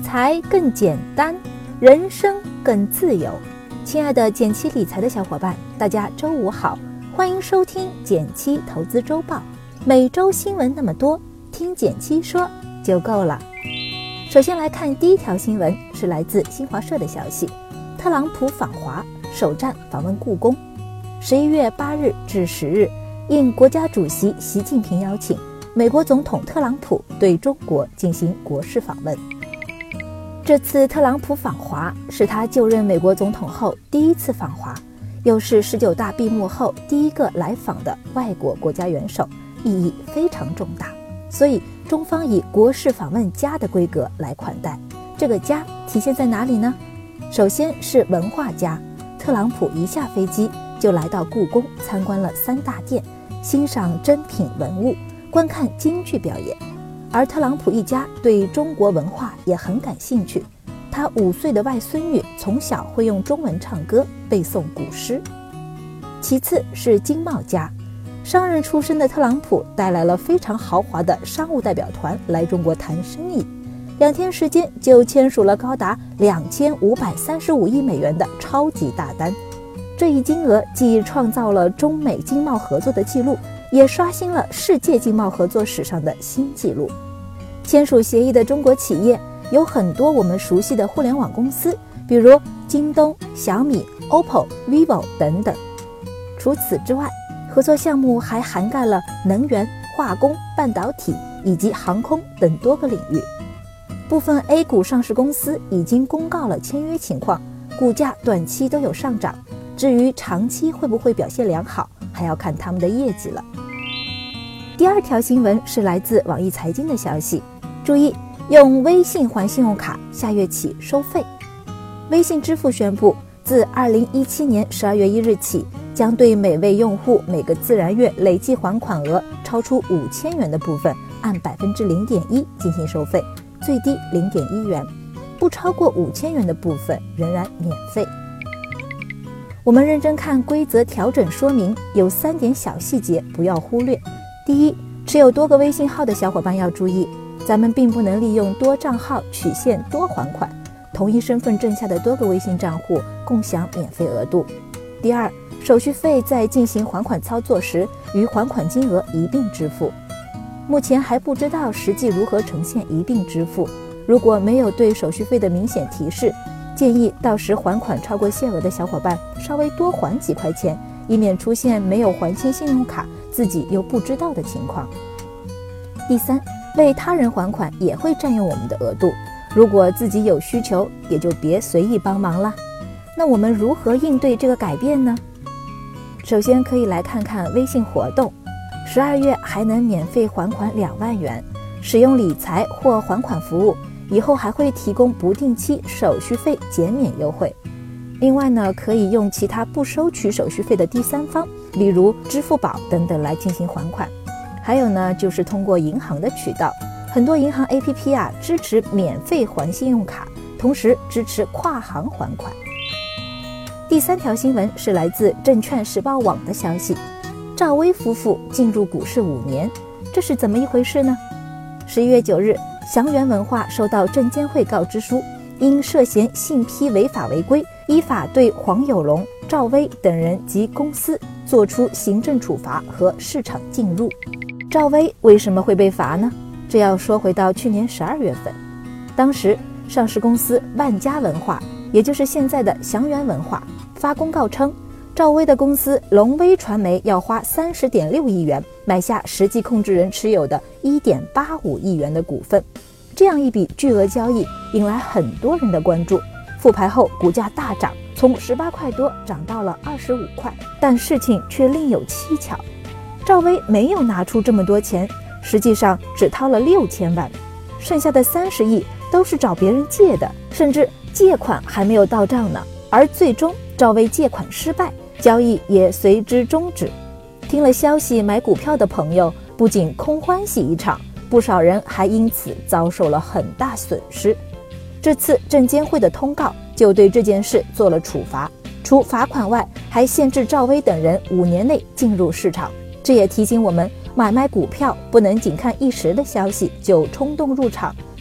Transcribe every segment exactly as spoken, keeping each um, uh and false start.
财更简单，人生更自由。亲爱的减七理财的小伙伴，大家周五好，欢迎收听减七投资周报。每周新闻那么多，听减七说就够了。首先来看第一条新闻，是来自新华社的消息，特朗普访华，首站访问故宫。十一月八日至十日，应国家主席习近平邀请，美国总统特朗普对中国进行国事访问。这次特朗普访华是他就任美国总统后第一次访华，又是十九大闭幕后第一个来访的外国国家元首，意义非常重大，所以中方以国事访问家的规格来款待。这个家体现在哪里呢？首先是文化家，特朗普一下飞机就来到故宫参观了三大殿，欣赏珍品文物，观看京剧表演。而特朗普一家对中国文化也很感兴趣，他五岁的外孙女从小会用中文唱歌，背诵古诗。其次是经贸家，商人出身的特朗普带来了非常豪华的商务代表团来中国谈生意，两天时间就签署了高达两千五百三十五亿美元的超级大单。这一金额既创造了中美经贸合作的记录，也刷新了世界经贸合作史上的新纪录。签署协议的中国企业有很多我们熟悉的互联网公司，比如京东、小米、O P P O、vivo 等等。除此之外，合作项目还涵盖了能源、化工、半导体以及航空等多个领域。部分 A 股上市公司已经公告了签约情况，股价短期都有上涨，至于长期会不会表现良好，还要看他们的业绩了。第二条新闻是来自网易财经的消息，注意，用微信还信用卡下月起收费。微信支付宣布，自二零一七年十二月一日起，将对每位用户每个自然月累计还款额超出五千元的部分，按百分之零点一进行收费，最低零点一元；不超过五千元的部分仍然免费。我们认真看规则调整说明，有三点小细节不要忽略。第一，持有多个微信号的小伙伴要注意，咱们并不能利用多账号取现多还款，同一身份证下的多个微信账户共享免费额度。第二，手续费在进行还款操作时与还款金额一并支付。目前还不知道实际如何呈现一并支付，如果没有对手续费的明显提示，建议到时还款超过限额的小伙伴稍微多还几块钱，以免出现没有还清信用卡自己又不知道的情况。第三，为他人还款也会占用我们的额度，如果自己有需求，也就别随意帮忙了。那我们如何应对这个改变呢？首先可以来看看微信活动，十二月还能免费还款两万元，使用理财或还款服务，以后还会提供不定期手续费减免优惠。另外呢，可以用其他不收取手续费的第三方，例如支付宝等等来进行还款。还有呢，就是通过银行的渠道，很多银行 A P P 啊支持免费还信用卡，同时支持跨行还款。第三条新闻是来自证券时报网的消息，赵薇夫妇进入股市五年，这是怎么一回事呢？十一月九日，祥源文化收到证监会告知书，因涉嫌信披违法违规，依法对黄有龙、赵薇等人及公司作出行政处罚和市场禁入。赵薇为什么会被罚呢？这要说回到去年十二月份，当时上市公司万家文化，也就是现在的祥源文化，发公告称，赵薇的公司龙威传媒要花三十点六亿元买下实际控制人持有的一点八五亿元的股份。这样一笔巨额交易引来很多人的关注，复牌后股价大涨，从十八块多涨到了二十五块。但事情却另有蹊跷，赵薇没有拿出这么多钱，实际上只掏了六千万，剩下的三十亿都是找别人借的，甚至借款还没有到账呢。而最终赵薇借款失败，交易也随之终止。听了消息买股票的朋友不仅空欢喜一场，不少人还因此遭受了很大损失。这次证监会的通告就对这件事做了处罚，除罚款外，还限制赵薇等人五年内进入市场。这也提醒我们，买卖股票不能仅看一时的消息就冲动入场，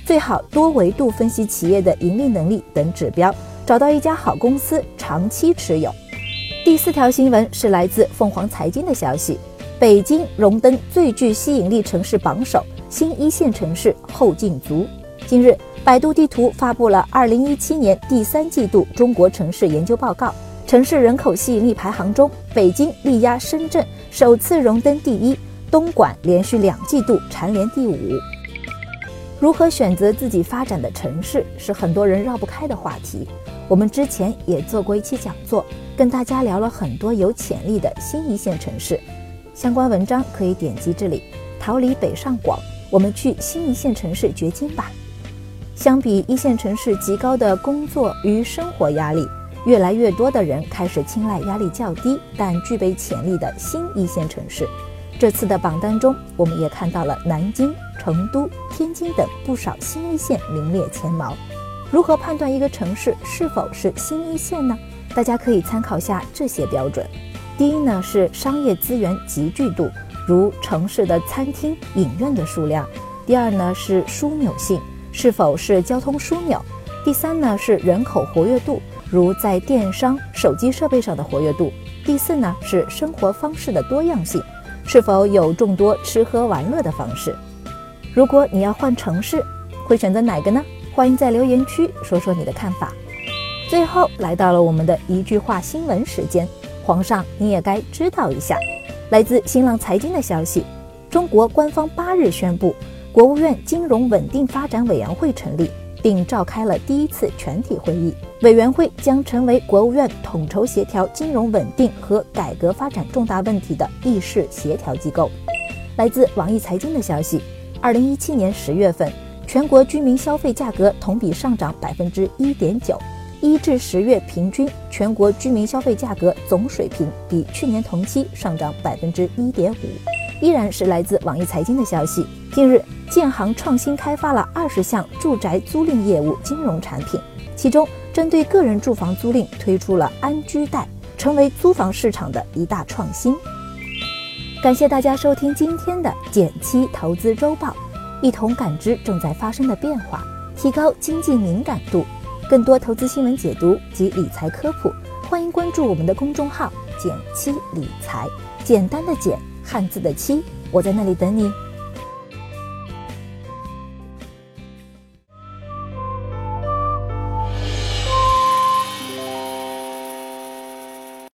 最好多维度分析企业的盈利能力等指标，找到一家好公司长期持有。第四条新闻是来自凤凰财经的消息，北京荣登最具吸引力城市榜首，新一线城市后劲足。近日，百度地图发布了二零一七年第三季度中国城市研究报告，城市人口吸引力排行中，北京力压深圳，首次荣登第一，东莞连续两季度蝉联第五。如何选择自己发展的城市是很多人绕不开的话题，我们之前也做过一期讲座，跟大家聊了很多有潜力的新一线城市，相关文章可以点击这里。逃离北上广，我们去新一线城市掘金吧。相比一线城市极高的工作与生活压力，越来越多的人开始青睐压力较低但具备潜力的新一线城市。这次的榜单中，我们也看到了南京、成都、天津等不少新一线名列前茅。如何判断一个城市是否是新一线呢？大家可以参考下这些标准。第一呢，是商业资源集聚度，如城市的餐厅、影院的数量。第二呢，是枢纽性，是否是交通枢纽。第三呢，是人口活跃度，如在电商、手机设备上的活跃度。第四呢，是生活方式的多样性，是否有众多吃喝玩乐的方式。如果你要换城市，会选择哪个呢？欢迎在留言区说说你的看法。最后来到了我们的一句话新闻时间，皇上你也该知道一下。来自新浪财经的消息，中国官方八日宣布，国务院金融稳定发展委员会成立，并召开了第一次全体会议。委员会将成为国务院统筹协调金融稳定和改革发展重大问题的议事协调机构。来自网易财经的消息，二零一七年十月份，全国居民消费价格同比上涨百分之一点九。一至十月平均，全国居民消费价格总水平比去年同期上涨百分之一点五。依然是来自网易财经的消息，近日建行创新开发了二十项住宅租赁业务金融产品，其中针对个人住房租赁推出了安居贷，成为租房市场的一大创新。感谢大家收听今天的减七投资周报，一同感知正在发生的变化，提高经济敏感度。更多投资新闻解读及理财科普，欢迎关注我们的公众号减七理财，简单的简，汉字的七，我在那里等你。